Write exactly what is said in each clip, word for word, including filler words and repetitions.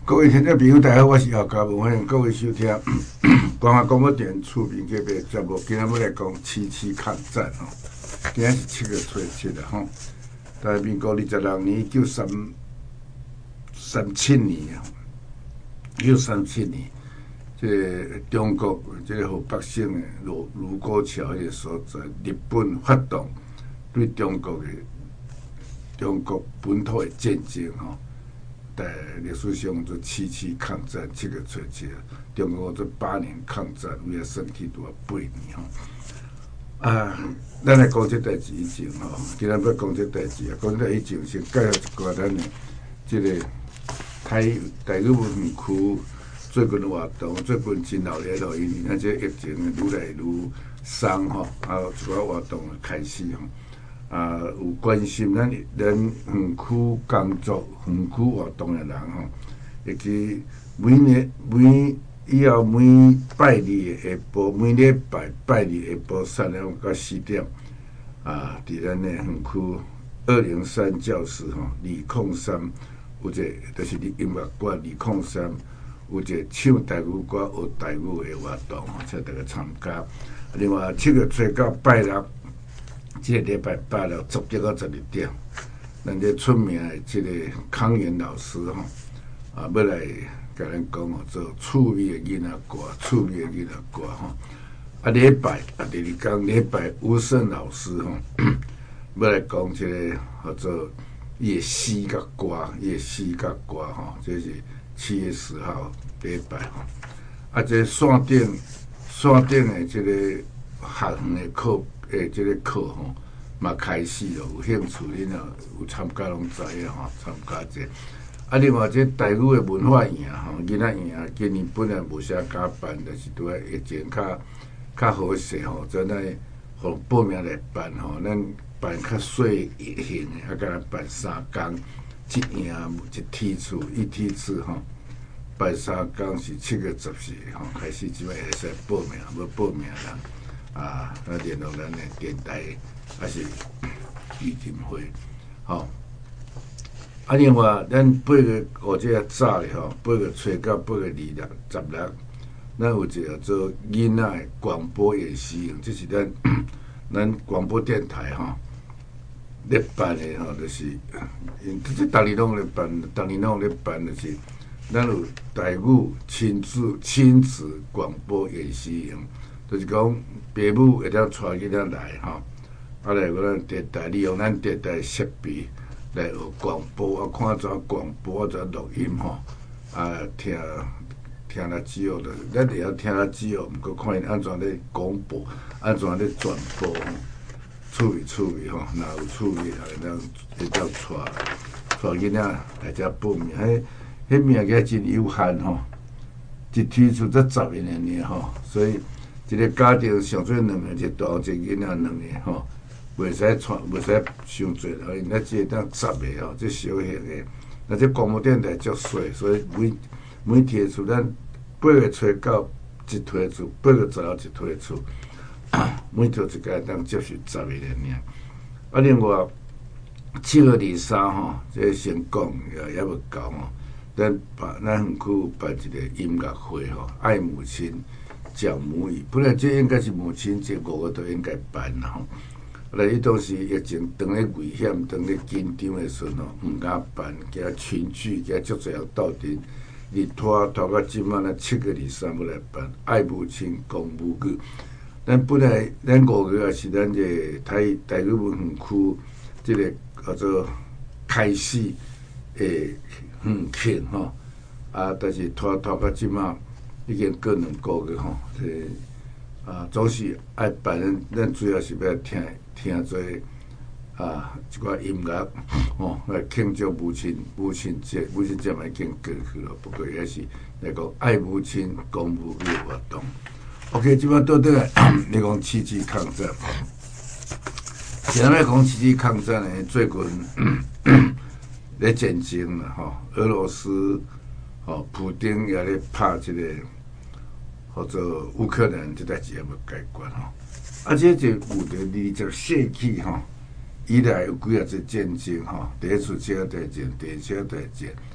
各位听众朋友，大家好，我是姚嘉文，欢迎各位收听光华广播电台厝边这边节目。今天要来讲七七抗战吼，今天是七月初七啦吼。在民国二十六年，一九三三七年啊，一九三七年，这个、中国这个河北省的卢卢沟桥迄个所在，日本发动对中国的中国本土的战争吼。在历史上做七七抗战，七个初七，中国做八年抗战，为了胜去多八年吼。啊，咱来讲这代志以前吼，今日要讲这代志啊，讲这以前先介绍一寡咱的这个台台语文区最近的活动，最近真闹热闹，因为咱这疫情愈来愈松吼，啊，一寡活动开始吼。啊，有关心咱咱园区工作、园区活动的人吼，以及每年每以后每拜二的下晡，每礼拜拜二下晡三点到四点，啊，伫咱的园区二零三教室吼，二空三有一个就是音乐馆，二空三有一个唱台语歌、学台语的活动，请大家参加。另外，七月初九拜六。这个礼拜八了，十点到十二点，咱这出名的这个康源老师吼，啊，要来甲咱讲哦，做趣味的囡仔歌，趣味的囡仔歌吼。啊，礼拜啊，第二天礼拜吴胜老师吼，要来讲这个叫做伊的诗甲歌，伊的诗甲歌吼，这是七月十号礼拜吼。啊，这线顶线顶的这个学园的课。诶，即个课吼嘛开始咯，有兴趣恁啊有参加拢知影吼，参加者。啊，另外即台语的文化营吼，囡仔营今年本来无啥加办，但是拄啊疫情较较好势吼，真诶互报名来办吼，咱办较小型的，啊，甲咱办三工，一营一梯次，一梯次吼，办三工是七月十四吼开始，即摆会使报名，要报名人。啊，那联络咱的电台还是预定会，吼。啊，另外咱八月五这个早咧吼，八月初到八月二六、十六，咱有一个做囡仔的广播演习，这是咱咱广播电台吼咧办的吼，就是因这逐年拢咧办，逐年拢咧办，就是咱有台语亲子亲子广播演习营。就是讲，父母会当带囡仔来吼，啊来个咱电台利用咱电台设备来学广播，啊看怎广播，怎录音吼，啊听听了之后，咱会晓听了之后，毋过看因安怎咧广播，安怎咧转播，趣味趣味吼，若有趣味，会当会当带带囡仔来遮报名，迄迄名额真有限吼，一推出才十个人尔吼，所以。一个家庭上最两个，一大一囡仔两个吼，袂使传，袂使伤侪啦。因咱只会当十个吼，即小型的。那这广播电台足细，所以每每天出咱八月初九一推出，八月十号一推出，每条一家当接受十个人尔。啊，另外七月二三吼，这先讲也也无够吼，咱办咱园区办一个音乐会吼，爱母亲。讲母语，本来这应该是母亲节，五个都应该办啦吼。来，伊当时疫情当咧危险、当咧紧张的时候，毋敢办，加群聚，加足侪人斗阵，日拖拖到即满咱七月二三要来办爱母亲讲母语。咱本来咱五个也是咱这台台语文园区即个叫做开始诶园庆吼，啊，但是拖拖到即满。已经过两个月吼，这啊总是爱办，咱咱主要是要听听做啊一寡音乐吼，来庆祝母亲母亲节，母亲节嘛已经过去了，不过也是来讲爱母亲讲母语活动。OK， 即摆倒转来，你讲七七抗战，现在讲七七抗战呢，最近咧战争啦吼，俄罗斯。哦，普丁也咧拍即、这个或者乌克兰即代志也要解决吼。啊，这就有着二十世纪吼以来有几啊只战争吼，第一次世界大战、第二次世界大战，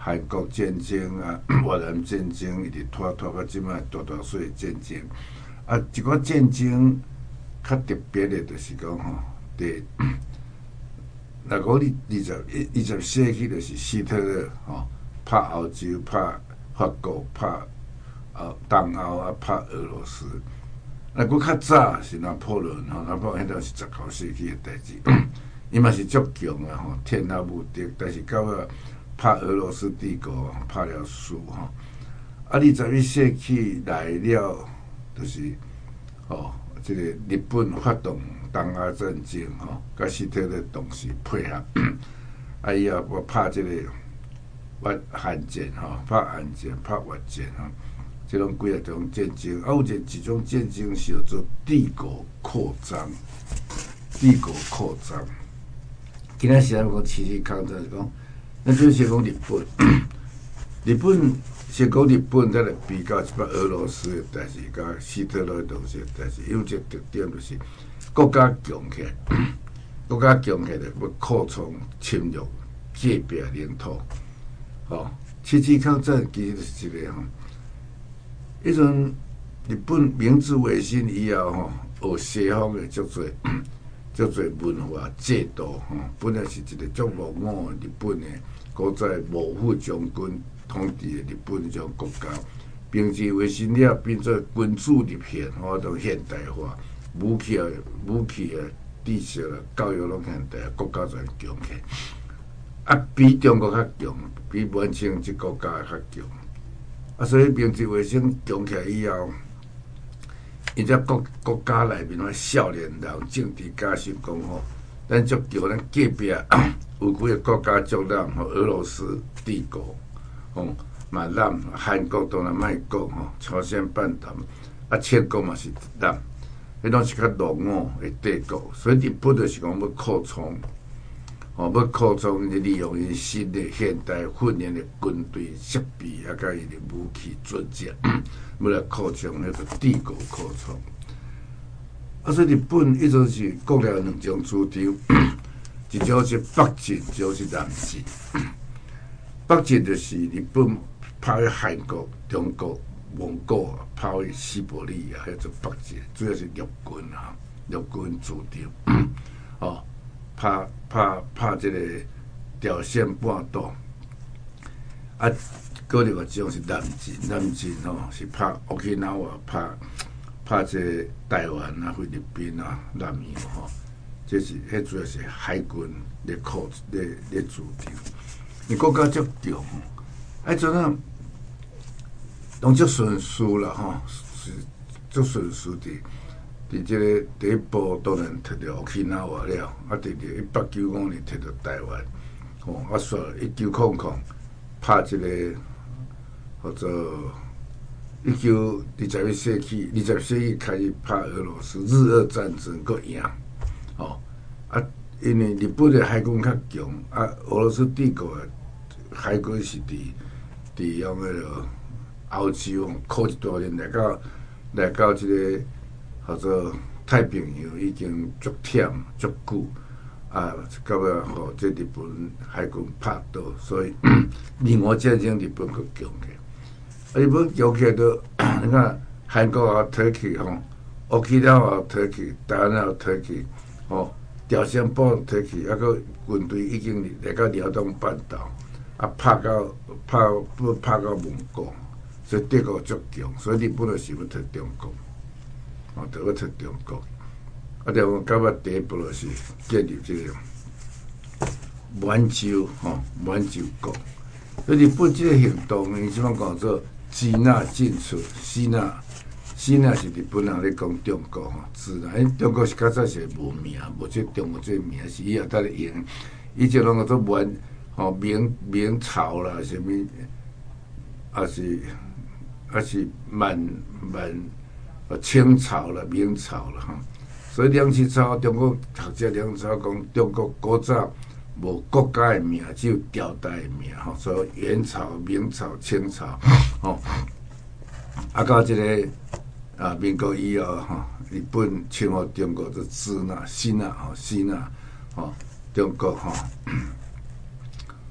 韩国战争啊、越南战争，一直拖拖到即摆大大小小战争。啊，一个战争较特别的，就是讲吼，第若讲你二十二十世纪，就是希特勒吼拍欧洲、拍法国、拍呃东欧啊、拍俄罗斯。若佫较早是拿破仑吼，拿破仑迄阵是十九世纪的代志，伊嘛是足强啊吼，天下无敌。但是到尾拍俄罗斯帝国拍了输吼。啊，二十一世纪来了，就是吼，即、这个日本发动东亚战争吼，甲希特勒同时配合，啊，以后我拍即、这个越韩战吼，拍韩战、拍越战吼。即种几啊种战争，啊，有一一种战争是叫做帝国扩张。帝国扩张，今仔时咱讲七七抗战是讲，咱就是先讲日本。日本先讲日本，再来比较一摆俄罗斯的代志，甲希特勒同时的代志，有一个特点就是国家强起来，国家强起来要扩充侵略隔壁领土。吼，七七抗战其实就是一个吼。迄阵日本明治维新以后吼，学西方的足侪足侪文化制度吼，本来是一个足落伍的日本的古早幕府将军统治的日本这种国家。明治维新了变做君主立宪，吼，都现代化，武器啊武器啊知识啊教育拢现代，国家就强起。啊，比中国较强，比满清即国家较强。啊，所以明治维新强起来以后，伊只国国家内面迄少年人政治家想讲吼，咱足叫咱隔壁有几个国家足咱吼，俄罗斯帝国，吼嘛咱韩国当然莫讲吼，朝鲜半岛啊，切国嘛是咱，迄拢是较落伍的帝国，所以日本就是讲要扩充。哦，要扩充利用伊新的现代训练的军队设备，啊，甲伊的武器准则，要来扩充迄个帝国扩充。啊，所以日本一直是国了两种主张，一种是北进，一种是南进。北进就是日本跑去韩国、中国、蒙古，跑去西伯利亚，迄种北进，主要是陆军啊，陆军主张，哦。拍拍拍这个朝鲜半岛，啊，搁另外一种是南进，南进吼是拍 Okinawa， 拍拍这个台湾啊、菲律宾啊、南洋吼，这是迄主要是海军咧扩咧咧主张，因国家足强，啊，阵啊，拢足顺遂啦吼，是足顺遂的。伫即个第一步当然摕到沖縄话了，啊，第二一八九五年摕到台湾，吼、哦，啊，煞一九空空拍即、这个或者一九二十一世纪二十世纪开始拍俄罗斯日俄战争，佫赢，吼、哦，啊，因为日本的海军较强，啊，俄罗斯帝国的海军是伫伫用迄个欧洲靠一大年来到来到即、这个。或者太平洋已经足忝足久，啊，到尾吼，这日本海军拍倒，所以另外战争日本佫强起，啊，日本强起都，你看韩国也退去吼，乌克兰也退去，台湾也退去，吼，朝鲜半退去，啊，个军队已经来到辽东半岛，啊，拍到拍不拍到蒙古，所以德国足强，所以日本就想要退中国。哦，就要脱中国，啊，但我感觉第一步就是建立这个满洲吼满洲国。所以日本这个行动，伊即摆讲做支那进出，支那支那是日本人咧讲中国吼，支那，因中国是较早是无名，无即中国这名是以后才咧用，以前拢叫做满吼明明朝啦，什么，啊是啊是满满。啊，清朝啦、明朝啦，哈，所以梁启超中国学者梁启超讲，中国古早无国家的名，只有朝代的名，吼，所以元朝、明朝、清朝，吼，啊到即、这个啊民国以后，吼，日本侵华中国就支那、西那，吼，西那，吼，中国，吼，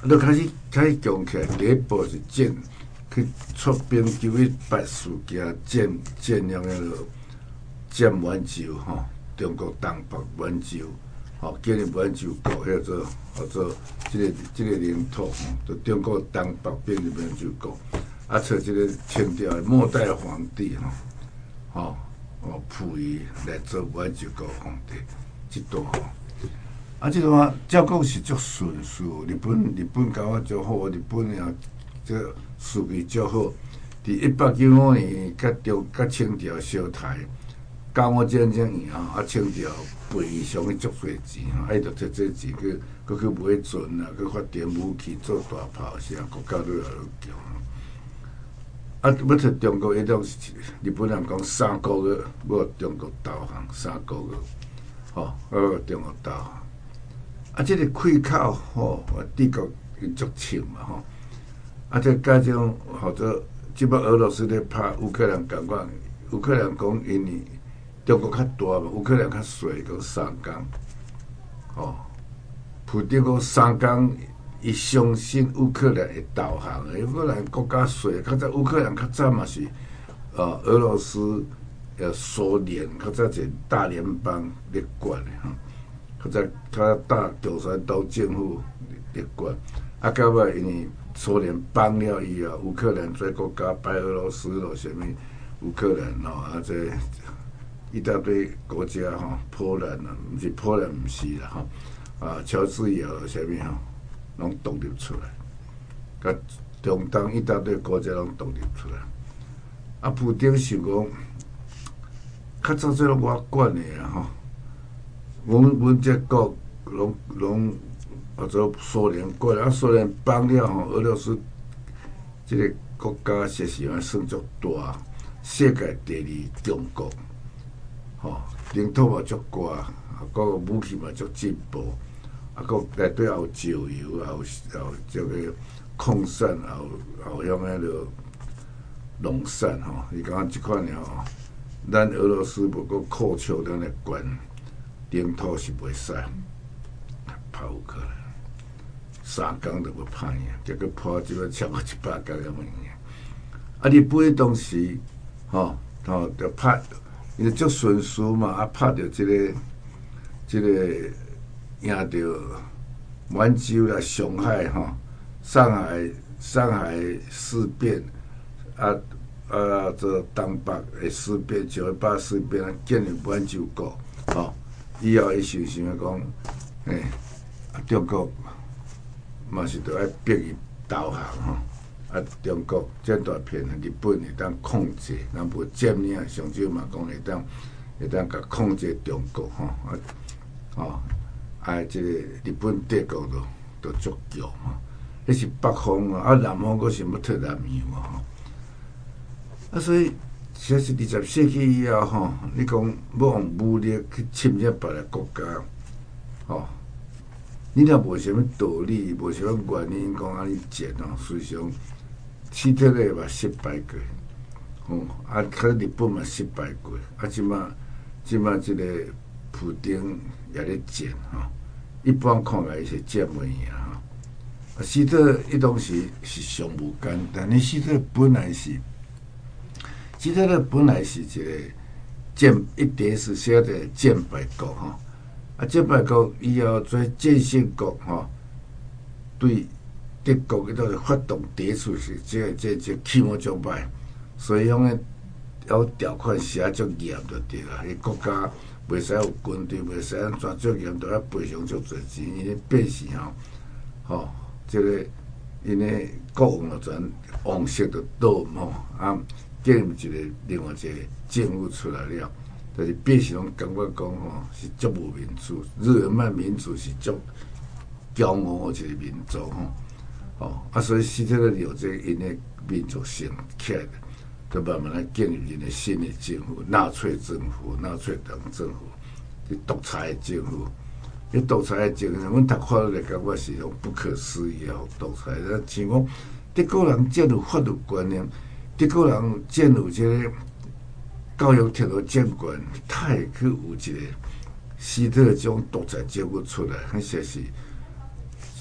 就开始开始强起来。第一步是建去出兵救去白事件，建建了迄个占满洲吼，中国东北满洲。吼，建立满洲国，叫做叫做即、这个即、这个领土吼，就中国东北变成满洲国，啊，找即个清朝的末代皇帝吼，吼哦，溥仪来做满洲国皇帝，即段吼，啊，即段照讲是足顺遂，日本日本甲我足好，日本也这士气足好，伫一八九五年甲中甲清朝相台。甲午战争以后，啊，清朝赔伊上去足侪钱吼，啊，伊着摕这钱去，搁去买船啊，去发展武器，做大炮，啥国家愈来愈强。啊，要摕中国迄种日本人讲三个月，要中国投降三个月，吼，要中国投降。啊，即、这个开口吼，帝国因足强嘛吼，啊，这加种或者即摆俄罗斯咧拍乌克兰共款，乌克兰讲因为。中国较大嘛，乌克兰较小，讲三工，吼。普丁讲三工，伊相信乌克兰会投降的。乌克兰国家小，较早乌克兰较早嘛是，呃，俄罗斯、呃苏联较早一大联邦咧管的吼，较早较大共产党政府咧管，啊，到尾因为苏联崩了以后，乌克兰做国家白俄罗斯咯，啥物乌克兰咯，啊这。一大堆国家吼，波兰啊，毋是波兰，毋是啦吼，啊，乔治亚啥物吼，拢独立出来，甲中东一大堆国家拢独立出来。啊，普丁想讲，较早这拢我管的啊吼，阮阮这国拢拢或者苏联管，啊，苏联崩了吼，俄罗斯这个国家实际上算足大，世界第二强国。吼，领土嘛足大，啊，个武器嘛足进步，啊，个内底也有石油，也有也有这个矿产，也有也有像迄落农产吼。伊讲即款尔吼，咱俄罗斯无个扩张咱的关领土是袂使拍乌克兰，三工都要拍赢，结果拍即个超过一百工也袂赢。啊，日本当时吼吼着拍。因为足顺遂嘛，啊，拍着即、这个、即、这个赢着满洲啦、上海吼、上海、上海事变，啊啊，这东北的事变、九一八事变，建立满洲国，吼，以后伊想想讲，诶，啊，中国嘛是着爱逼伊投降吼。啊，中国这大片日本会当控制，咱无占领，上少嘛讲会当会当甲控制中国吼，啊，吼，啊，即、这个日本帝国都都足强嘛，迄是北方啊，啊，南方佫想要脱南洋嘛吼，啊，所以其实二十世纪以后吼，你讲要用武力去侵略别个国家，吼，你若无啥物道理，无啥物原因讲安尼战吼，实际上。希特勒嘛失败过，吼、哦、啊，可日本嘛失败过，啊，即马即马即个普丁也咧战吼，一般看来是战袂赢吼。啊，希特勒伊当时是上无简单，你希特勒本来是，希特勒本来是一个战一定是写的战败国吼，啊，战败国以后做战胜国吼，对。德国伊都是发动抵触是，即个即即气氛足歹，所以讲诶，有条款写足严就对啦。伊国家袂使有军队，袂使安怎足严，都要赔偿足侪钱。因为变时吼，吼，即、这个因诶国王就全王室就倒吼，啊，建立一个另外一个政府出来了，但是变时拢感觉讲吼是足无民主，日耳曼民族是足骄傲诶一个民族吼。哦，啊，所以希特勒有这个因的民族性起来的，就慢慢来建立因的新的政府，纳粹政府、纳粹党政府，是独裁的政府。迄独裁的政府，阮读法律来感觉是种不可思议啊！独裁，像讲德国人真有法律观念，德国人真有这个教育铁路监管，他会去有一个希特勒这种独裁政府出来，迄实是。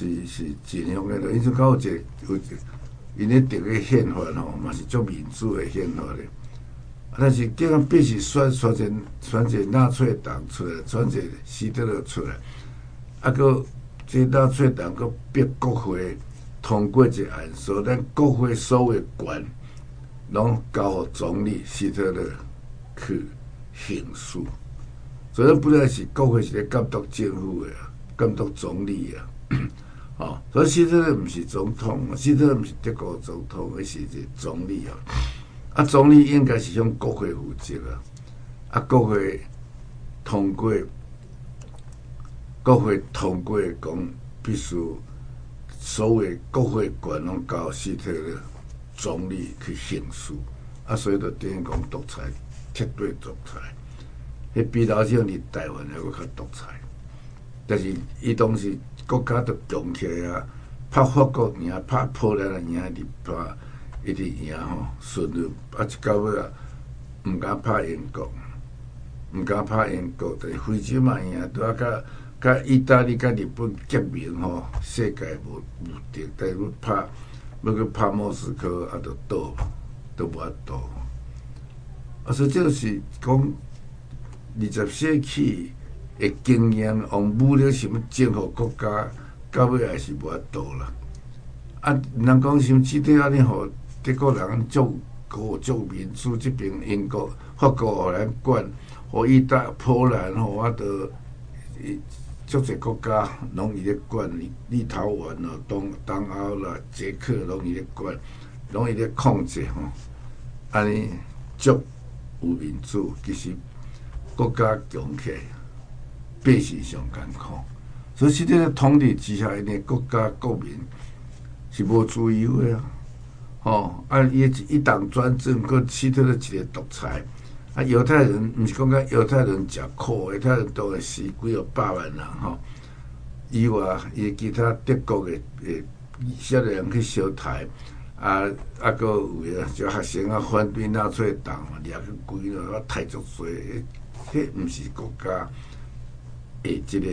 是是尽量个，因此有一个有一个，因咧定个宪法吼，嘛是足民主的宪法咧。但是叫人必须选选一选一纳粹党出来，选一希特勒出来，啊个这纳粹党个逼国会通过一个案，说咱国会所有权拢交予总理希特勒去行使。所以不然是国会是咧监督政府的，监督总理啊。哦，所以希特勒不是总统，希特勒不是德国总统，而是一个总理啊。啊，总理应该是向国会负责啊。啊，国会通过，国会通过讲必须所有国会权拢交希特勒总理去行使。啊，所以就等于讲独裁，绝对独裁。迄比老像伫台湾还佫较独裁，但是伊当时国家都强起来啊，拍法国赢，拍波兰赢，一直拍一直赢吼，顺利啊，一到尾啊，毋敢拍英国，毋敢拍英国，但是非洲嘛赢，拄啊，甲甲意大利、甲日本结盟吼，世界无无敌，但是要拍要去拍莫斯科，啊，就倒，都无法倒。啊，所以这就是讲。二十世纪的经验，用武力想要征服国家，到尾还是无法度啦。啊，毋通讲像希特勒安尼，互德国人足高足民主，这边英国、法国互咱管，互意大、波兰吼，啊，都足侪国家拢伊咧管，立陶宛咯、东东欧啦、捷克拢伊咧管，拢伊咧控制吼。安尼足有民主，其实。国家强起，百姓上艰苦，所以希特勒统治之下，因的国家国民是无自由的啊！吼，啊，伊一党专政，佮希特勒一个独裁，啊，犹太人毋是讲讲犹太人食苦，犹太人都会死几个百万人吼。以外，伊其他德国的诶少年人去烧台，啊啊，佮有诶就学生啊反对纳粹党，掠去规了，啊，太足多。迄毋是国家诶，即个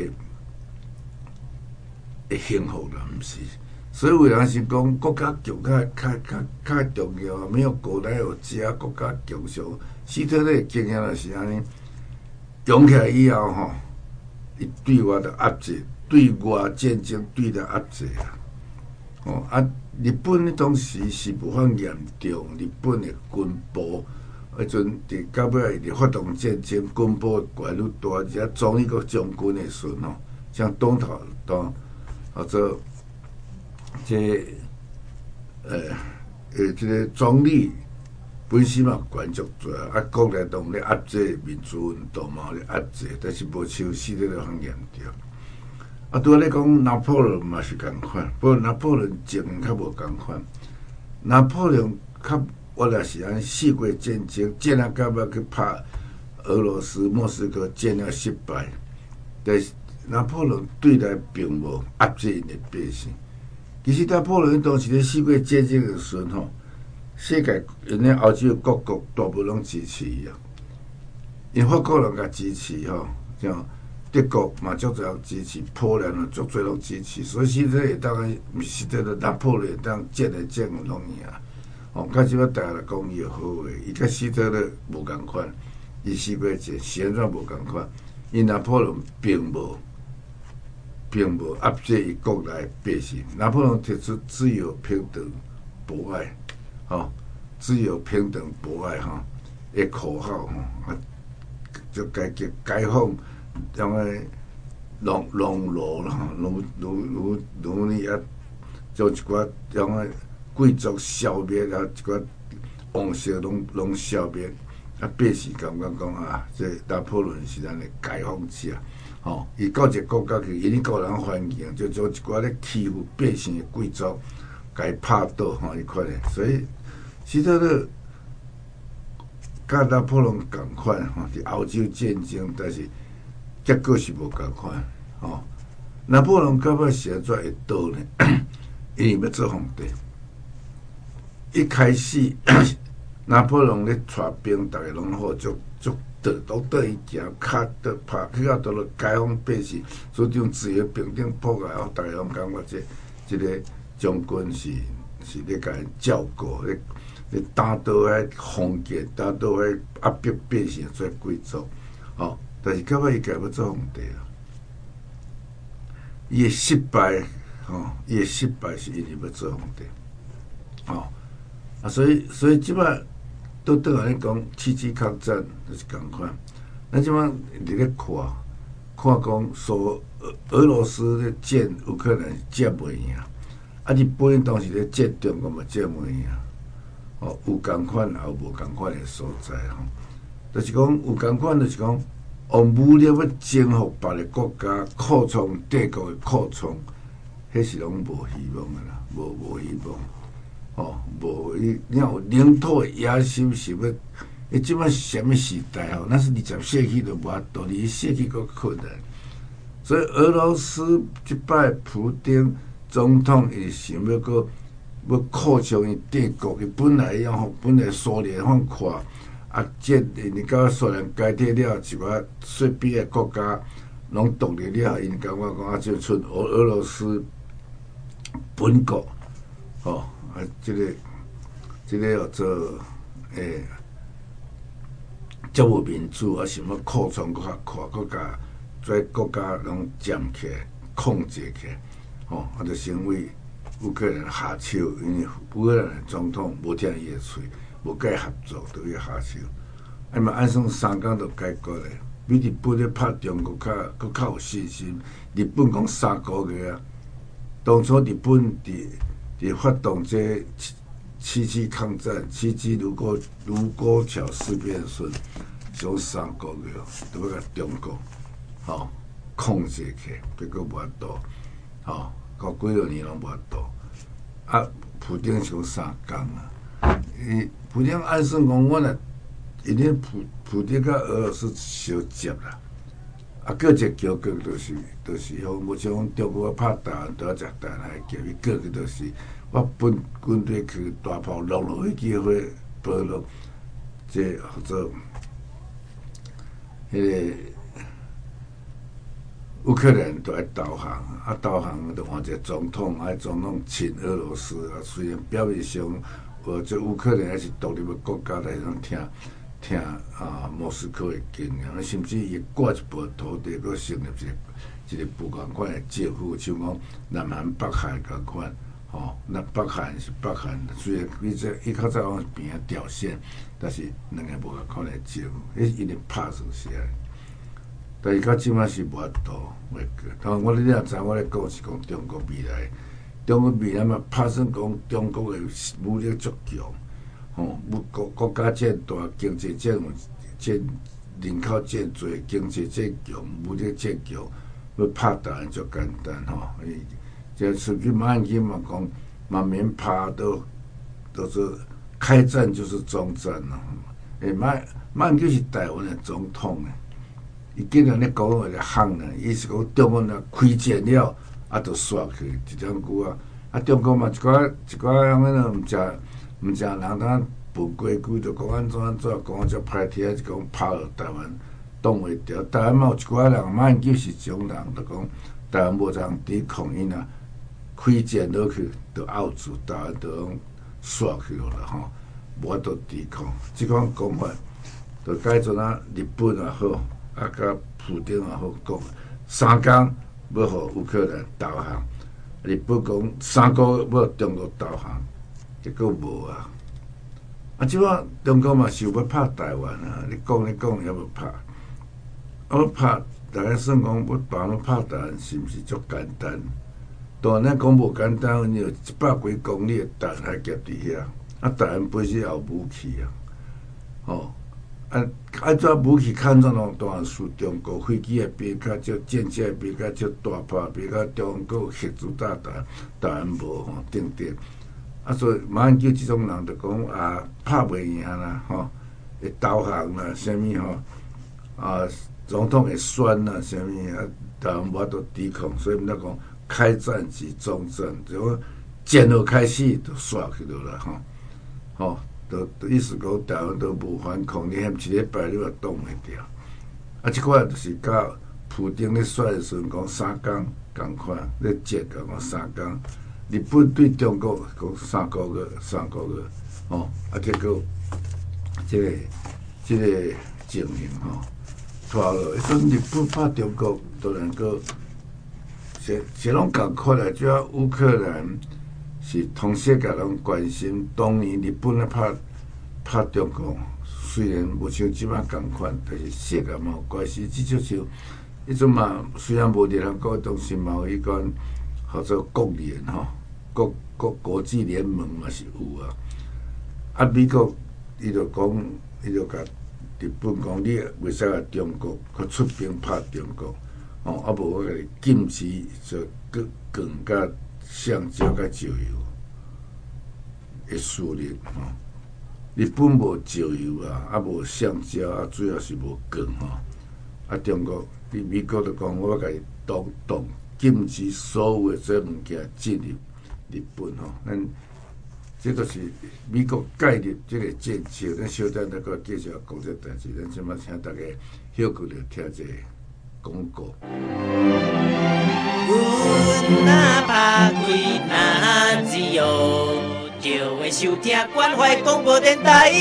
会幸福啦，毋是。所以有人是讲国家强较较较较重要，没有国内有家，国家强上。希特勒经验就是安尼，强起来以后吼，伊对外的压制，对外战争对待压制啊。哦啊，日本迄当时是无法严重，日本的军部。迄阵伫到尾伊伫发动战争，军部权愈大，而且总理阁将军的时阵吼，像东头当或者这呃呃这个总理本身嘛权足大，啊国内党咧压制民主运动嘛咧压制，但是无像希特勒遐严重。啊，拄仔咧讲拿破仑嘛是共款，不过拿破仑情较无共款，拿破仑较。我也是安四国战争，战啊到尾去拍俄罗斯莫斯科，战啊失败。但是拿破仑对来并无压制因的百姓。其实拿破仑当时咧四国战争的时阵吼，世界因咧欧洲各国大部分拢支持伊啊。因法国人甲支持吼，像德国嘛足侪人支持，波兰嘛足侪人支持，所以希特勒当然毋是希特勒，拿破仑当战来战拢赢。哦，到即摆大家来讲伊好话，伊甲希特勒无共款，伊四国战现在无共款，因拿破仑并无并无压制伊国内百姓，拿破仑提出自由、平等、博爱，吼，自由、平等、博爱，吼，的口号，吼，啊，就改革解放，让个农农奴啦，奴奴奴奴隶啊，做一寡让个。贵族消灭啊，一寡王室拢拢消灭，啊，百姓感觉讲啊，这拿破仑是咱的解放者，吼、哦，伊到一个国家去，因个人环境就做一寡咧欺负百姓的贵族，甲伊拍倒吼，伊款的，所以希特勒甲拿破仑共款吼，伫欧洲战争，但是结果是无共款，吼、哦，拿破仑到尾是安怎会倒呢？因为要做皇帝。一开始，拿破仑咧带兵，逐个拢好足足倒倒倒伊行，脚倒拍，去到倒落解放百姓，所以种自由平等破坏，哦，大家拢感觉这这个将军是是咧甲因照顾，咧咧打倒迄封建，打倒迄压迫百姓做贵族，哦，但是到尾伊家要做皇帝啊，伊诶失败，哦，伊诶失败是因为要做皇帝，哦，啊，所以所以即摆。都倒来咧讲七七抗战就是共款，咱即摆伫咧看，看讲说俄罗斯咧战乌克兰战袂赢，啊日本当时咧战中国嘛战袂赢，哦有共款也有无共款诶所在吼，就是讲有共款，就是讲用武力要征服别个国家，扩充帝国诶扩充，迄是拢无希望诶啦，无无希望。哦，无伊，你有领土的野心是要，伊即摆是啥物时代吼？那是二十世纪都无法度，二十世纪搁困难。所以俄罗斯即摆普丁总统伊想要搁要扩张伊帝国，伊本来样吼，本来苏联放看，啊，这因甲苏联解体了，一寡细边的国家拢独立了，因感觉讲啊，就剩俄俄罗斯本国，吼。啊，即、这个、即、这个叫做诶，足无民主，啊，想要扩张搁较快，搁甲跩国家拢占起来、控制起来，吼、哦，啊，就成为乌克兰下手，因为乌克兰的总统无听伊的喙，无甲伊合作，就去下手。啊嘛，按算三工就解决咧。比日本咧拍中国较搁较有信心。日本讲三个月啊，当初日本伫。伫发动这七七抗战，七七卢沟卢沟桥事变时，就三个月都要甲中国吼、哦、控制起，结果无法度，吼到几落年拢无法度。啊，普丁是讲三工啊，伊普丁按算讲，我若因为普普丁甲俄罗斯相接啦。啊，各一个桥局都是都是讲，无像讲中国拍台湾都要食台湾的桥，伊各个都是我本军队去大炮落落飞机会保落，这或者迄个乌克兰都爱投降，啊投降就换一个总统，啊总统亲俄罗斯啊，虽然表面上，呃，这乌克兰还是独立的国家来通听。听啊，莫斯科的经验，甚至伊挂一部土地，佮成立一个一个不共款的政府，像讲南韩、北韩共款，吼、哦，那北韩是北韩，虽然伊这伊较早往边仔调线，但是两个无共款的政府，迄一定拍出起来。但是到即摆是无法度袂过。当我你若知，我咧讲是讲中国未来，中国未来嘛，拍算讲中国的武力足强。哦，国国家渐大，经济渐有渐人口渐多，经济渐强，武力渐强，要拍台湾足简单吼。伊这出去马英九嘛讲，嘛免拍都都是开战就是终战咯。诶，马马英九是台湾的总统诶，伊竟然咧讲话咧喊咧，伊是讲中国若开战了，啊，就刷去一两句啊。啊，中国嘛一寡一寡人个毋食。毋食人当分规矩，就讲安怎安怎，讲遮歹听，就讲拍落台湾挡袂牢。台湾嘛有一寡人，马英九是种人，就讲台湾无通抵抗，伊若开战落去，就拗住台湾，就拢刷去落啦吼，无法度抵抗。即款讲法，就改做啊日本也好，啊甲普丁也好讲，三工要互乌克兰投降，日本讲三个月要中国投降。结果无啊！啊，即摆中国嘛想要拍台湾啊！你讲你讲，也要拍。啊，要拍，大家算讲要帮咱拍台湾，是毋是足简单？当然咱讲无简单，因为一百几公里的台海夹伫遐，啊，台湾本身也有武器啊，吼、哦，啊，啊，这武器看怎拢当然输中国，飞机也比较少，战车也比较少，大炮比较中国核子弹台台湾无吼，等等。啊，所以马英九即种人就讲啊，拍袂赢啦，吼，会投降啦，啥物吼，啊，总统会选啦，啥物啊，台湾无法度抵抗，所以毋得讲开战即终战，就讲战斗开始就刷去落啦，吼，吼， 都意思讲台湾都无反抗，你限一礼拜你嘛挡袂掉。啊，即款就是甲普丁咧甩的时阵讲三工共款，咧接讲三工。日本对中国讲三个月，三个月，哦，啊，结果即、这个即、这个情形吼，拖落。迄阵日本拍中国，当然个是是拢共款啦，主要乌克兰是同世界拢关心。当年日本咧拍拍中国。虽然无像即摆共款，但是世界嘛有关系。至少像迄阵嘛，虽然无联合国东西嘛有迄款号做国联吼，国国国际联盟嘛是有啊。啊，美国伊就讲，伊就甲日本讲，你袂使甲中国去出兵拍中国，哦，啊无我甲你禁止就更更甲橡胶甲石油的输入吼。日本无石油啊，啊无橡胶啊，主要是无钢吼。啊，中国伫美国就讲，我要甲伊挡挡，禁止所有的这物件进入日本吼。咱这个是美国介入这个政策，咱小等再个继续讲这代志。咱即马请大家休困着听一个广告。阮若拍开那只哟。就会收听关怀广播电台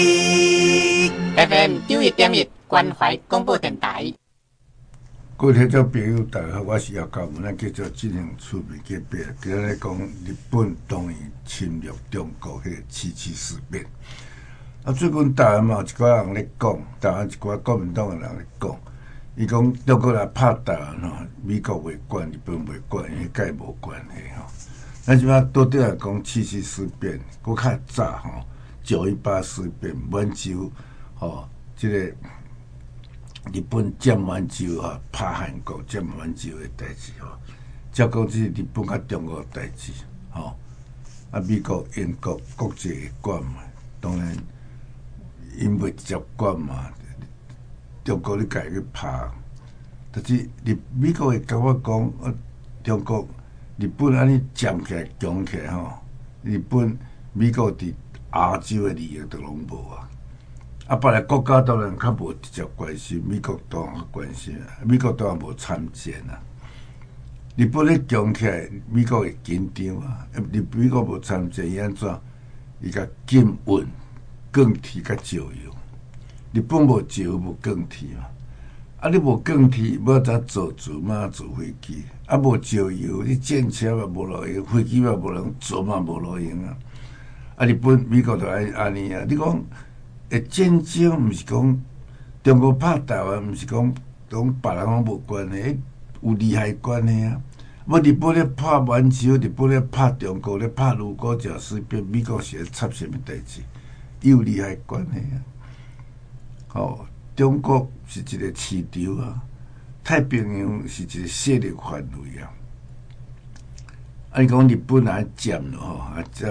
F M 九一点一关怀广播电台。 各位听众朋友，大家好，我是姚嘉文，咱继续进行厝边隔壁。今日讲日本当然侵略中国迄个七七事变。啊，最近台湾嘛有一寡人咧讲，台湾一寡国民党的人咧讲，伊讲中国来拍台湾吼，美国袂管，日本袂管，迄甲伊无关系吼。咱即摆倒底来讲七七事变，搁较早吼，九一八事变，满洲吼，即、这个日本占满洲吼，拍韩国占满洲的代志吼，照讲即日本甲中国的代志吼，啊，美国、英国国际会管嘛，当然因袂直接管嘛，中国你家己去拍，但是日美国会甲我讲，啊，中国。日本安尼站起来、强起来吼，日本、美国伫亚洲的利益都拢无啊。啊，别个国家当然较无直接关系，美国当然较关心啊，美国当然无参战啊。日本咧强起来，美国会紧张啊。日美国无参战，伊安怎？伊甲禁运、钢铁甲石油。日本无石油，无钢铁嘛。啊！你无钢铁，要怎坐船嘛？坐飞机，啊无石油，你战车嘛无路用，飞机嘛无人坐嘛无路用啊！啊，日本、美国就安安尼啊！你讲，诶，战争毋是讲中国拍台湾，毋是讲讲别人拢无关系，有利害关系啊！要日本咧拍满洲，日本咧拍中国，咧拍如果假事变，美国是会插什么代志？有利害关系啊！哦。中国是一个市场啊，太平洋是一个势力范围啊。啊，你讲日本来占咯吼，啊，占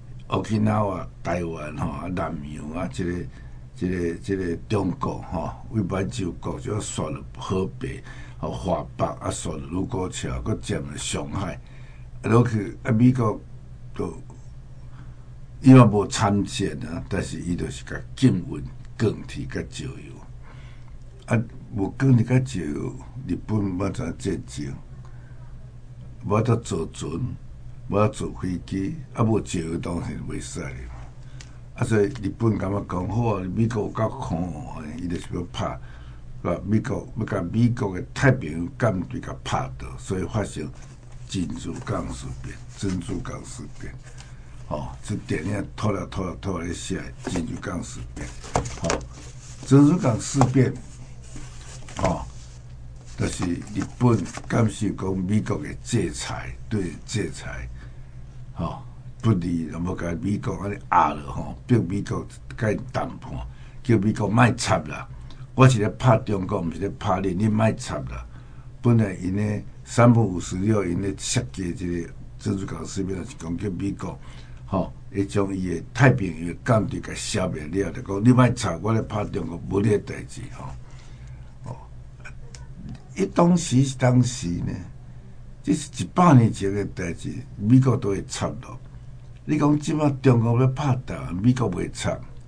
Okinawa、台湾吼，啊，南洋啊，这个、这个、这个中国吼，为满洲国就刷入河北、吼华北啊，刷入卢沟桥，佮占了上海，落去啊，美国都伊嘛无参战啊，但是伊就是甲禁运钢铁甲石油。啊，无钢铁甲石油，日本要怎战争？无得坐船，无得坐飞机，啊无石油当然袂使哩。啊，所以日本感觉讲好啊，美国有够狂哦，伊就是要拍，啊，美国要甲美国的太平洋舰队甲拍倒，所以发生珍珠港事变。珍珠港事变，哦，这电影拖了拖了拖了写珍珠港事变，哦，珍珠港事变。哦，就是日本感受讲美国的制裁，对制裁，哦不利，那么甲美国安尼压了吼，逼美国甲伊谈判，叫美国莫插啦。我是咧拍中国，毋是咧拍你，你莫插啦。本来因咧三不五十六，因咧设计即个珍珠港事变，是讲叫美国，吼，会将伊的太平洋舰队甲消灭了，就讲你莫插，我咧拍中国无你的代志吼。伊当时是当时呢，这是一百年前的代志，美国都会插落。你讲即马中国要拍台湾，美国袂插，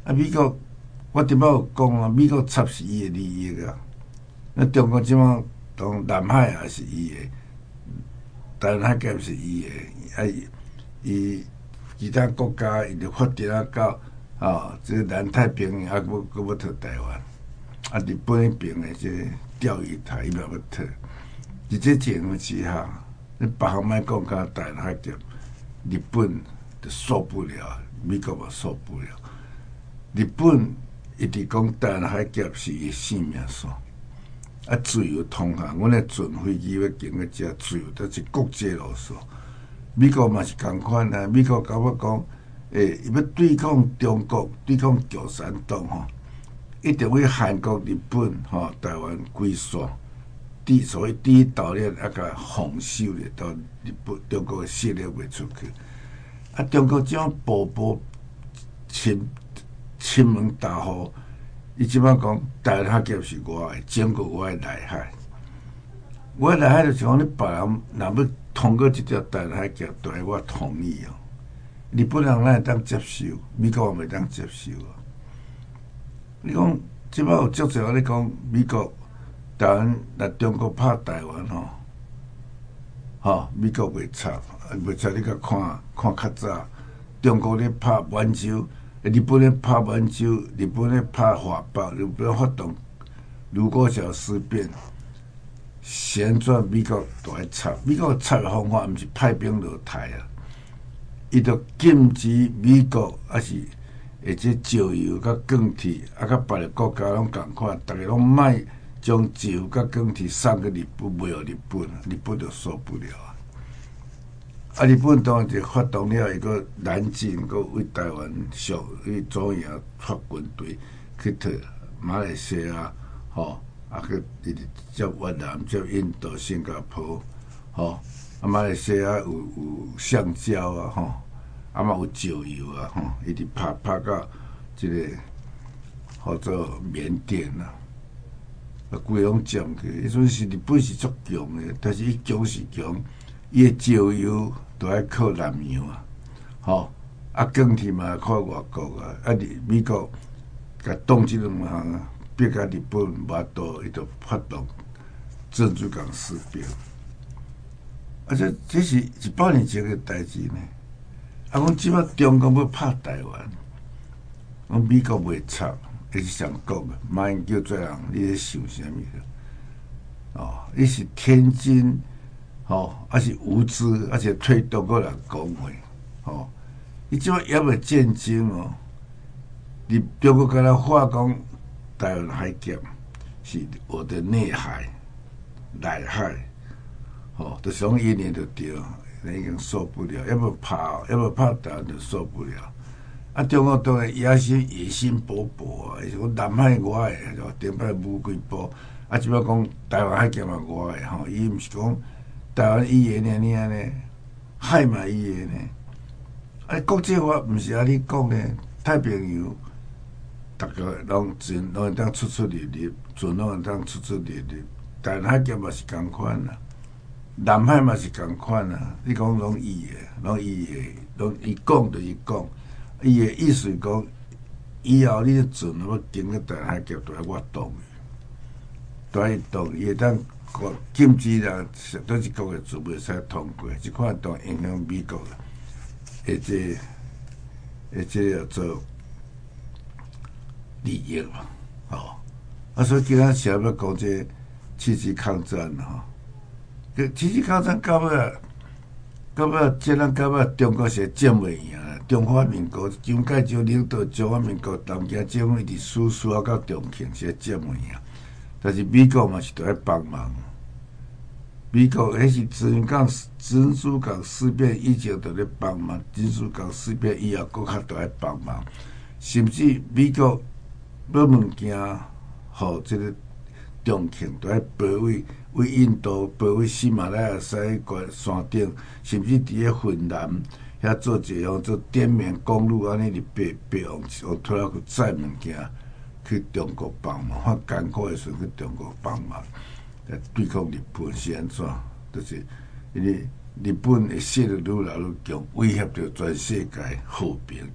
啊，美国我顶摆有讲啊，美国插是伊的利益啊。那中国即马当南海也是伊的，台湾海峡是伊的，啊，伊其他国家伊就发展啊到啊，这南太平洋啊，佫佫要摕台湾，啊，日本迄边的这钓鱼台伊嘛要摕，伫这情况之下，你别项莫讲甲台湾海峡，日本就受不了，美国嘛受不了。日本一直讲台湾海峡是伊生命线，啊，自由通航，阮的船飞机要经过遮自由，这是国际路线。美国嘛是共款啊，美国甲我讲，诶、欸，伊要对抗中国，对抗共产党吼，一定要韩国、日本、吼台湾规线，第所谓第一岛链啊，甲防守咧，到日本、中国的势力袂出去。啊，中国这样步步侵。亲门大户，伊即摆讲台湾海峡是我的，整个我的内海。我的内海就是讲，你别人若要通过即条台湾海峡，都要我同意哦。日本人咱会当接受，美国也袂当接受啊。你讲即摆有足侪人咧讲美国、台湾来中国拍台湾吼，吼美国袂插，袂插你甲看看较早，中国咧拍满洲。日本咧拍满洲，日本咧拍华北，日本发动卢沟桥事变，旋转美国都爱插。美国插的方法毋是派兵落台啊，伊着禁止美国还是或者石油甲钢铁啊，甲别个国家拢共款，逐个拢莫将石油甲钢铁送去日本，卖互日本，日本就受不了啊。啊！日本当然就发动了一个南进，佮为台湾上去左营发军队去摕马来西亚，吼、啊去直直接越南、接印度、新加坡，吼、啊马来西亚有有橡胶啊，吼、啊嘛有石油啊，吼、一直拍拍到即、这个叫做缅甸啊，啊规拢占去。迄阵是日本是足强的，但是伊强是强，伊的石油。都爱靠南洋啊，吼、啊钢铁嘛靠外国啊，啊日美国甲挡即两项啊，逼甲日本无多，伊就发动珍珠港事变。啊，这这是一百年前的代志呢。啊，讲即摆中国要拍台湾，讲美国袂插，伊是上讲的，马英九做人，你咧想啥物？哦，伊是天津。吼，还是无知，而且推中国人讲话，吼，伊即摆也未战争哦。你中国敢若话讲台湾海峡是我的内海、内海，吼，就想一年就对，已经受不了，要不拍，要不拍台湾就受不了。啊，中国当然野心野心勃勃啊，伊是讲南海我的，就顶摆武几波，啊，即摆讲台湾海峡嘛我的，吼，伊毋是讲。台湾伊的呢，你安尼，海嘛伊的呢。啊，国际法毋是安尼讲呢，太平洋，逐个拢船拢会当出出入入，船拢会当出出入入。台湾海峡嘛是共款啦，南海嘛是共款啦。你讲拢伊的，拢伊的，拢伊讲就伊讲，伊的意思讲，以后你的船要经过台湾海峡，都要我同意，都要伊同意，伊会当。禁止人都是国的船袂使通过，即款当影响美国的，即个，即个叫做利益嘛，吼、啊，所以今仔想要讲这七七抗战吼，个七七抗战到尾，到尾即咱到尾中国是占袂赢啦，中华民国蒋介石领导中华民国南京政府一直输输啊到重庆是占袂赢。但是美国嘛是都在帮忙，美国迄是珍港珍珠港事变以前都在帮忙，珍珠港事变以后，国较都在帮忙，甚至美国买物件，互即个重庆都在保卫，为印度保卫喜马拉雅山关山顶，甚至伫咧云南遐做一样做滇缅公路安尼哩北北往往拖拉去载物件。去中国帮忙，发艰苦的时候去中国帮忙，来对抗日本是安怎？就是因为日本的势力愈来愈强，威胁着全世界和平。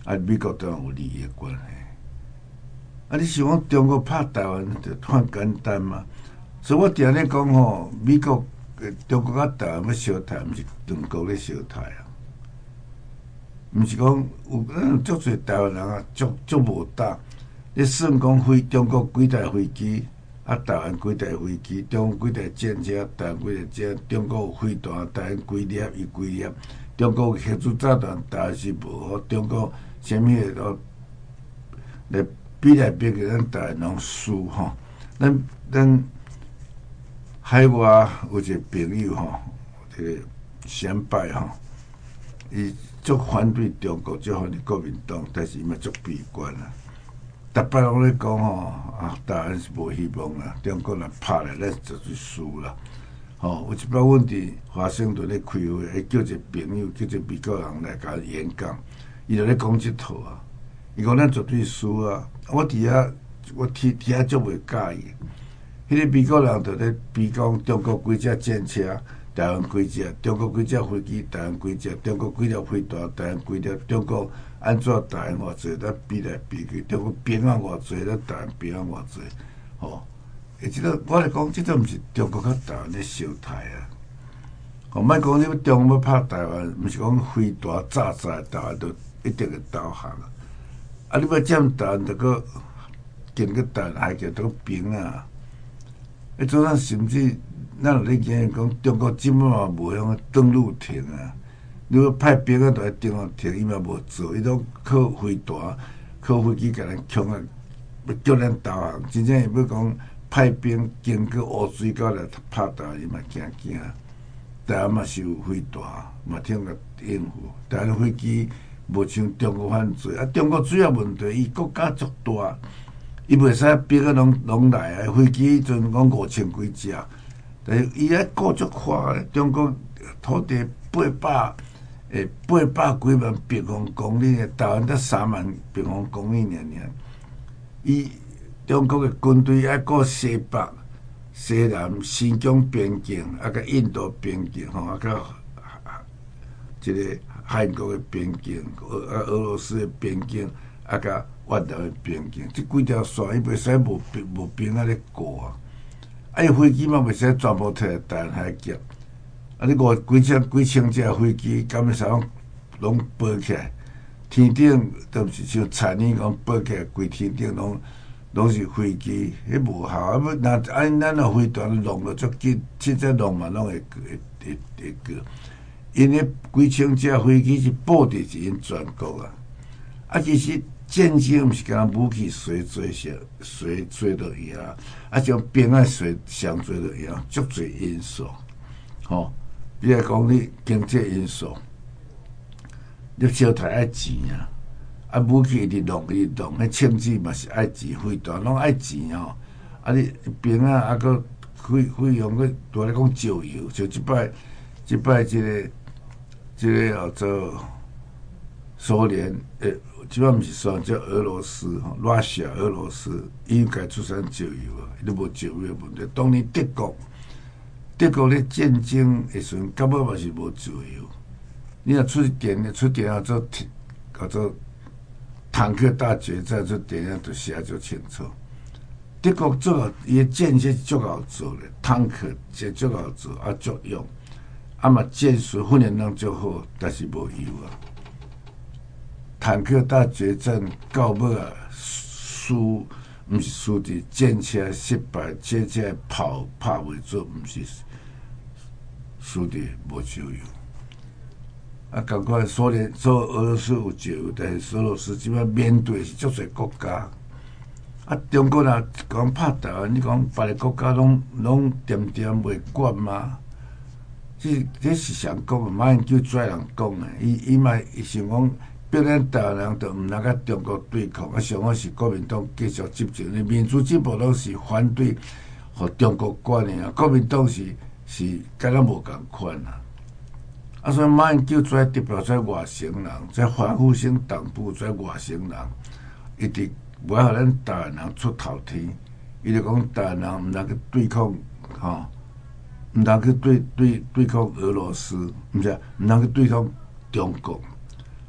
啊，美国当然有利益的关系。啊，你想讲中国拍台湾就很简单嘛？所以我定咧讲吼，美国、中国甲台湾要相台，毋是两国咧相台啊，毋是讲有嗯足侪台湾人啊，足足无胆。你算讲飞中国几台飞机，啊台湾几台飞机，中国几台战车，台湾几台战，中国有飞弹，台湾几粒伊几粒，中国有核子炸弹，台湾是无好，中国啥物个都来比来比去，咱台湾拢输吼。咱咱海外有一个朋友吼，这个先拜吼，伊足反对中国，足反对国民党，但是伊嘛足悲观啊。逐摆拢咧讲吼，啊，台湾是无希望啦，中国若拍来，咱就是输啦。吼，有一摆阮伫华盛顿咧开会，会叫一个朋友，叫一个美国人来甲演讲，伊就咧讲即套啊。伊讲咱绝对输啊！我伫遐，我伫伫遐足袂介意。迄个美国人就咧比讲中国几只战车，台湾几只；中国几只飞机，台湾几只；中国几条飞弹，台湾几条；中国安怎台湾偌济，咱比来比去，中国兵啊偌济，咱台湾兵啊偌济，吼。诶，即个我来讲，即个毋是中国甲台湾咧相台啊。吼，莫讲你要中国要拍台湾，毋是讲飞弹炸炸台湾就一定会投降啊。啊，你要占台湾，着个建个台湾海峡，着个兵啊。迄阵咱甚至咱有咧惊讲，中国即摆嘛无向登陆艇啊。你要派兵啊，就来登陆艇，伊嘛无做，伊都靠飞弹、靠飞机甲咱抢啊，要叫咱投降。真正要讲派兵经过乌水沟来拍台湾，伊嘛惊惊。台湾嘛是有飞弹，嘛听甲应付。台湾飞机无像中国反济，啊，中国主要问题，伊国家足大。伊袂使兵啊，拢拢来啊！飞机迄阵讲五千几只，但是伊咧顾足快咧。中国土地八百诶八百几万平方公里诶，台湾才三万平方公里尔尔。伊中国诶军队爱顾西北、西南、新疆边境，啊，甲印度边境吼，啊，甲即个韩国诶边境，啊，俄罗斯诶边境，啊，甲越南诶边境，即几条线伊袂使无兵无兵啊咧过啊！啊，伊飞机嘛袂使全部摕来台湾海峡。啊，你五几千几千只飞机，敢会使拢拢飞起来？天顶都毋是像菜鸟讲飞起来，规天顶拢拢是飞机，迄无效啊！要若按咱若飞弹弄了足紧，即只弄嘛拢会会会会过。因咧几千只飞机是布置是因全国啊！啊，其实战争毋是干武器随做下随做落去啊，啊，将兵啊随上做落去啊，足侪因素，吼、哦。比如讲你经济因素，你小台爱钱啊，啊武器一直弄一直弄，迄枪支嘛是爱钱，飞弹拢爱钱吼。啊，你兵啊，啊个费费用个多咧讲石油，像即摆即摆即个即个叫做苏联诶。即摆毋是算叫俄罗斯吼，拉夏俄罗斯应该出产石油啊，伊都无石油的问题。当年德国，德国咧战争的时阵，到尾嘛是无石油。你若出电出电影做叫做坦克大决战，做电影就写足清楚。德国做啊，伊的战车足好做咧，坦克是足好做，啊足用，啊嘛战术训练拢足好，但是无油啊。坦克大决战到尾啊，输毋是输伫战车失败，战车跑拍袂做，毋是输伫无石油。啊，共款苏联、说俄罗斯有石油，但是俄罗斯即摆面对是足侪国家。啊，中国若讲拍台湾，你讲别个国家拢拢点点袂管吗？这这是谁讲的？马英九跩人讲的，伊伊嘛伊想讲。逼咱台湾人就毋能甲中国对抗，啊，上好是国民党继续执政，民主进步拢是反对互中国管的啊，国民党是是敢若无共款啊。啊，所以马英九跩代表跩外省人，跩反腐性党部跩外省人，一直袂互咱台湾人出头天。伊就讲台湾人毋能去对抗，吼，毋能去对对对抗俄罗斯，毋是毋能去对抗中国。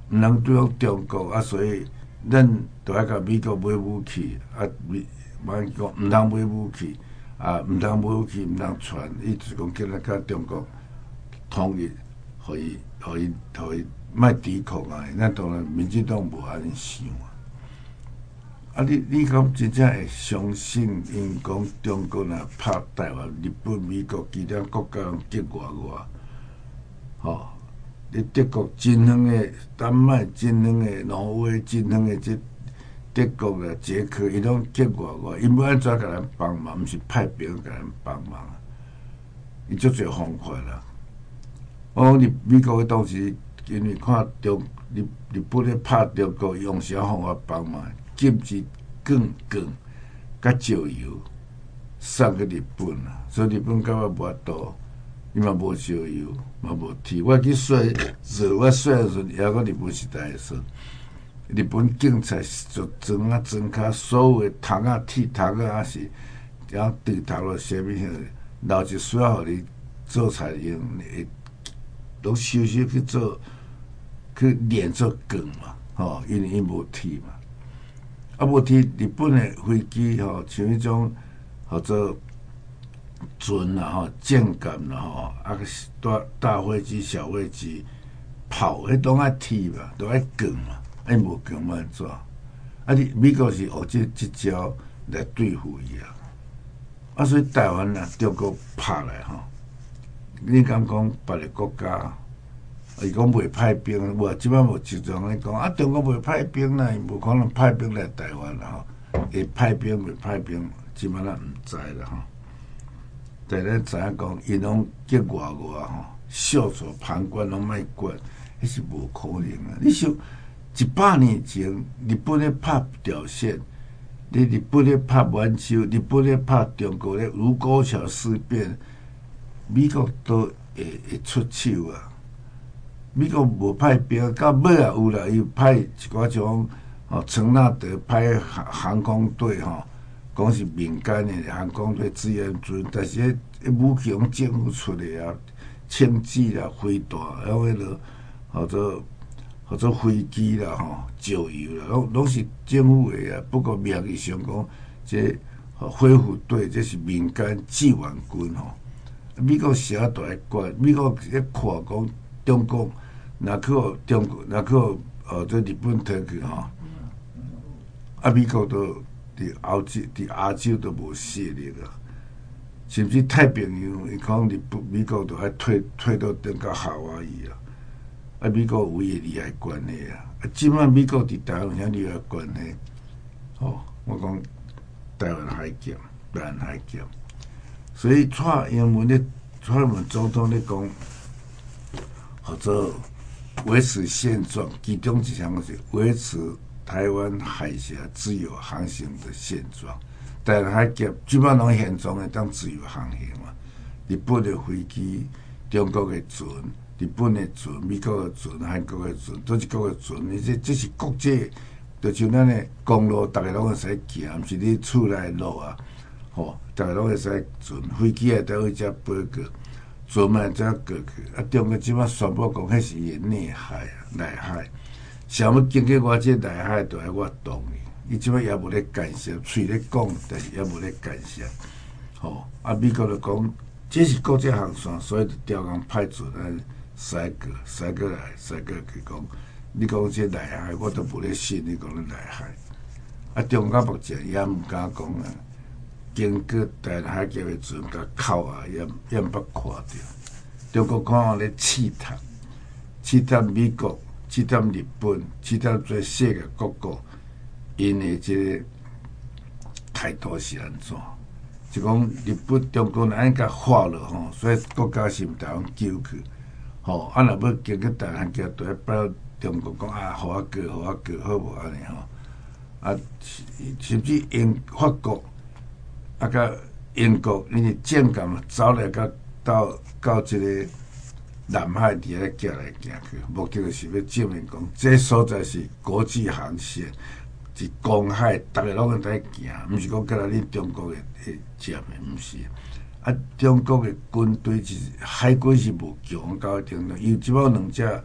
毋通对抗中国啊，所以咱着爱甲美国买武器啊，美莫讲毋通买武器啊，毋通买武器，毋通传，意思讲叫咱甲中国统一，互伊互伊互伊莫抵抗啊！咱当然民进党无安尼想啊。啊，你你讲真正会相信因讲中国若拍台湾、日本、美国其他国家人激外外，吼？你德国真远的、丹麦真远的、挪威真远的，即德国啦、捷克，伊拢激外外，因要安怎甲咱帮忙？毋是派兵甲咱帮忙啊！伊足侪方法啦。我讲你美国的当时，因为看中日日本咧拍中国，用啥方法帮忙？禁止更更甲石油送去日本啊，所以日本感觉无法度，伊嘛无石油，嘛无铁。我去说，说我说的时阵，还讲日本时代的时，日本警察就装啊装卡，所有的桶啊铁桶啊，还是然后对头了啥物迄，留一需要互你做菜用，会拢收收去做，去炼做钢嘛，吼，因为伊无铁嘛。啊，无伫日本的飞机吼，像迄种或者船啦吼、舰舰啦吼，啊个大大飞机、小飞机跑，迄拢爱铁嘛，都爱钢嘛，啊无钢嘛安怎？啊，你美国是学即即招来对付伊啊，啊所以台湾呐，中国拍来吼，你敢讲别个国家？伊讲袂派兵，无即摆无集中咧讲啊，中国袂派兵啦，伊无可能派兵来台湾啦吼，会派兵袂派兵，即摆咱毋知啦吼。但咱知影讲，因拢激外外吼，小处旁观拢莫管，迄是无可能啊！你想一百年前，日本咧拍朝鲜，你日本咧拍满洲，日本咧拍中国咧卢沟桥事变，美国都会会出手啊！美国无派兵，到尾也有啦，伊派一寡种吼，陈纳德派航航空队吼，讲是民间的航空队支援军，但是迄武器拢政府出的啊，枪支啦、飞弹，还有迄落或者或者飞机啦吼、石油啦，拢拢是政府的啊。不过名义上讲，这恢复队这是民间志愿军吼。美国啥都爱管，美国咧看讲中国。若去互中国，若去互呃，这日本摕去吼，啊，美国都伫欧洲、伫亚洲都无势力啊，甚至太平洋，伊讲日本、美国都爱退退到等到夏威夷啊，啊，美国有伊利害关系啊，啊，即摆美国伫台湾有啥利害关系？哦，我讲台湾海峡、台湾海峡，所以蔡英文咧，蔡英文总统咧讲，或者。维持现状，其中一项是维持台湾海峡自由航行的现状。台湾海峡基本上现状会当自由航行嘛。日本的飞机、中国的船、日本的船、美国的船、韩国的船，都是国的船。而且这是国际，就像咱的公路，大家拢会使行，毋是你厝内路啊。吼，大家拢会使船，飞机也倒去遮飞过。船嘛才过去，啊！中国即摆宣布讲，迄是伊内海啊，内海。想要经过我这内海，就爱我同意。伊即摆也无咧干涉，嘴咧讲，但是也无咧干涉。吼、哦，啊！美国就讲，这是国际航线，所以就调工派船来驶过，驶过来，驶过去讲，你讲这内海，我都无咧信你讲咧内海。啊！中国目前也毋敢讲啊。经过台湾海峡的船，甲扣啊，也也毋捌看到。中国看互咧试探，试探美国，试探日本，试探做世界各国，因的即个态度是安怎？就讲日本、中国若安甲发了吼，所以国家是毋台湾救去，吼，啊若要经过台湾海峡，都要摆到中国讲啊，互我过，互我过，好无安尼吼？啊，甚至英法国。啊，甲英国因为战舰嘛，走来到到到即个南海伫遐行来行去，目的就是要证明讲，这所在是国际航线，是公海，逐个拢会在行，毋是讲干那恁中国的会占的，毋是。啊，中国的军队是海军是无强到一定的，伊即摆两只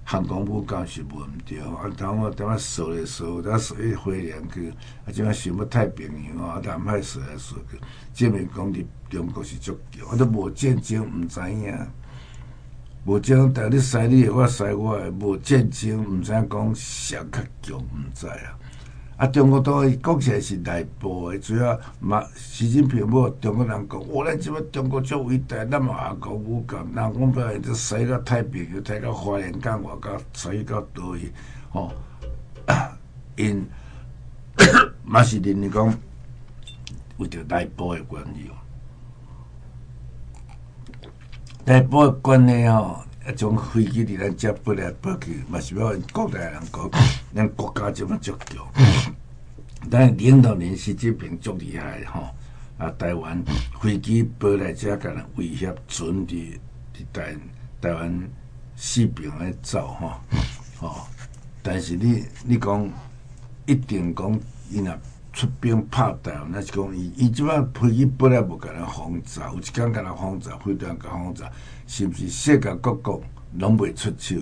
航空母舰是无毋对，啊，当我点啊扫来扫，咱扫去花莲去，啊，即摆想要太平洋啊，南海扫来扫去，证明讲伫中国是足强，啊，都无战争毋知影，无战争，但你使你的，我使我的，无战争毋知影讲谁较强，毋知啊。啊，中国党伊讲起来是内部的，主要嘛，习近平要中国人讲，哇，咱即摆中国足伟大，咱嘛也讲武讲，人讲表现就使到太平洋，使到花莲港外口，使到倒去，吼、哦，因嘛是认为讲为着内部的关系，内部的关系吼。啊，从飞机伫咱遮飞来飞去，嘛是要国内人讲，咱国家即么足强。咱领导人习近平足厉害吼，啊，台湾飞机飞来遮，甲人威胁船伫伫台台湾四平咧走吼，吼、哦。但是你你讲一定讲伊若出兵拍台湾，那是讲伊伊即摆飞机飞来无甲人轰炸，有一天甲人轰炸，飞弹甲轰炸。是毋是世界各国拢袂出手？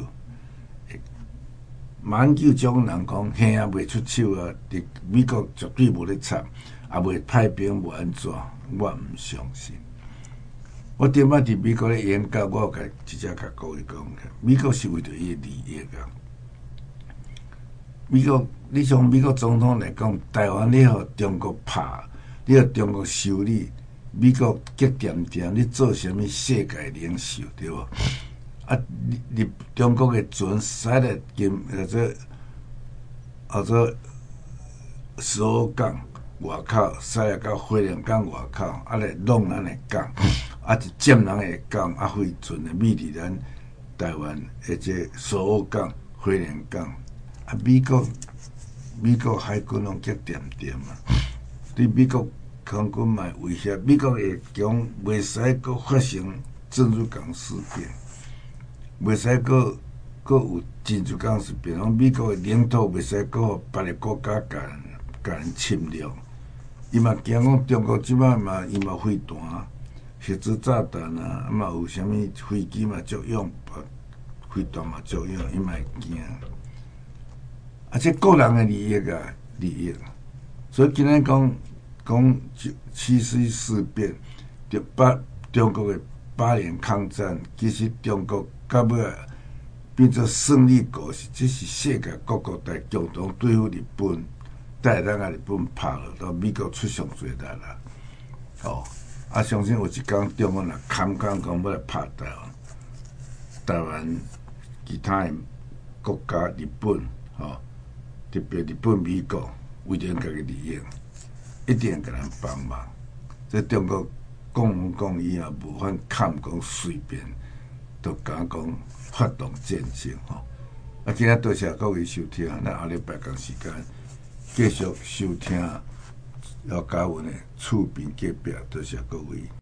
马英九种人讲，嘿啊，袂出手啊！伫美国绝对无咧插，也袂派兵，无安怎？我毋相信。我顶摆伫美国咧演讲，我有甲直接甲各位讲，美国是为着伊的利益啊。美国，你从美国总统来讲，台湾你互中国拍，你互中国修理。美国激点点，你做啥物世界领袖对无？啊，你你中国嘅船驶来金或者或者石澳港外口，驶来到花莲港外口，啊来弄咱嘅港，啊就占人嘅港，啊飞船嘅美伫咱台湾或者石澳港、花莲港，啊美国美国海军拢激点点嘛，对美国。空军嘛威胁美国会强，袂使阁发生珍珠港事变，袂使阁阁有珍珠港事变。讲美国的领土袂使阁互别个国家甲人甲人侵略。伊嘛惊讲中国即摆嘛，伊嘛飞弹、核子炸弹啊，啊嘛有啥物飞机嘛足用，飞弹嘛足用，伊嘛会惊。啊，这个人的利益啊，利益。所以今日讲。讲七七事变，就八中国的八年抗战，其实中国到尾变做胜利国，这是世界各国在共同对付日本，带咱啊日本拍落，到美国出上最力啦。哦，啊，相信有一天中国若砍讲讲要来拍台湾，台湾其他的国家日本，哦，特别日本、美国为着家己利益。一定给人帮忙，这中国讲讲以后无法砍讲随便，都讲讲发动战争吼。啊，今日多谢各位收听，咱后礼拜同时间继续收听姚嘉文的厝边隔壁，多谢各位。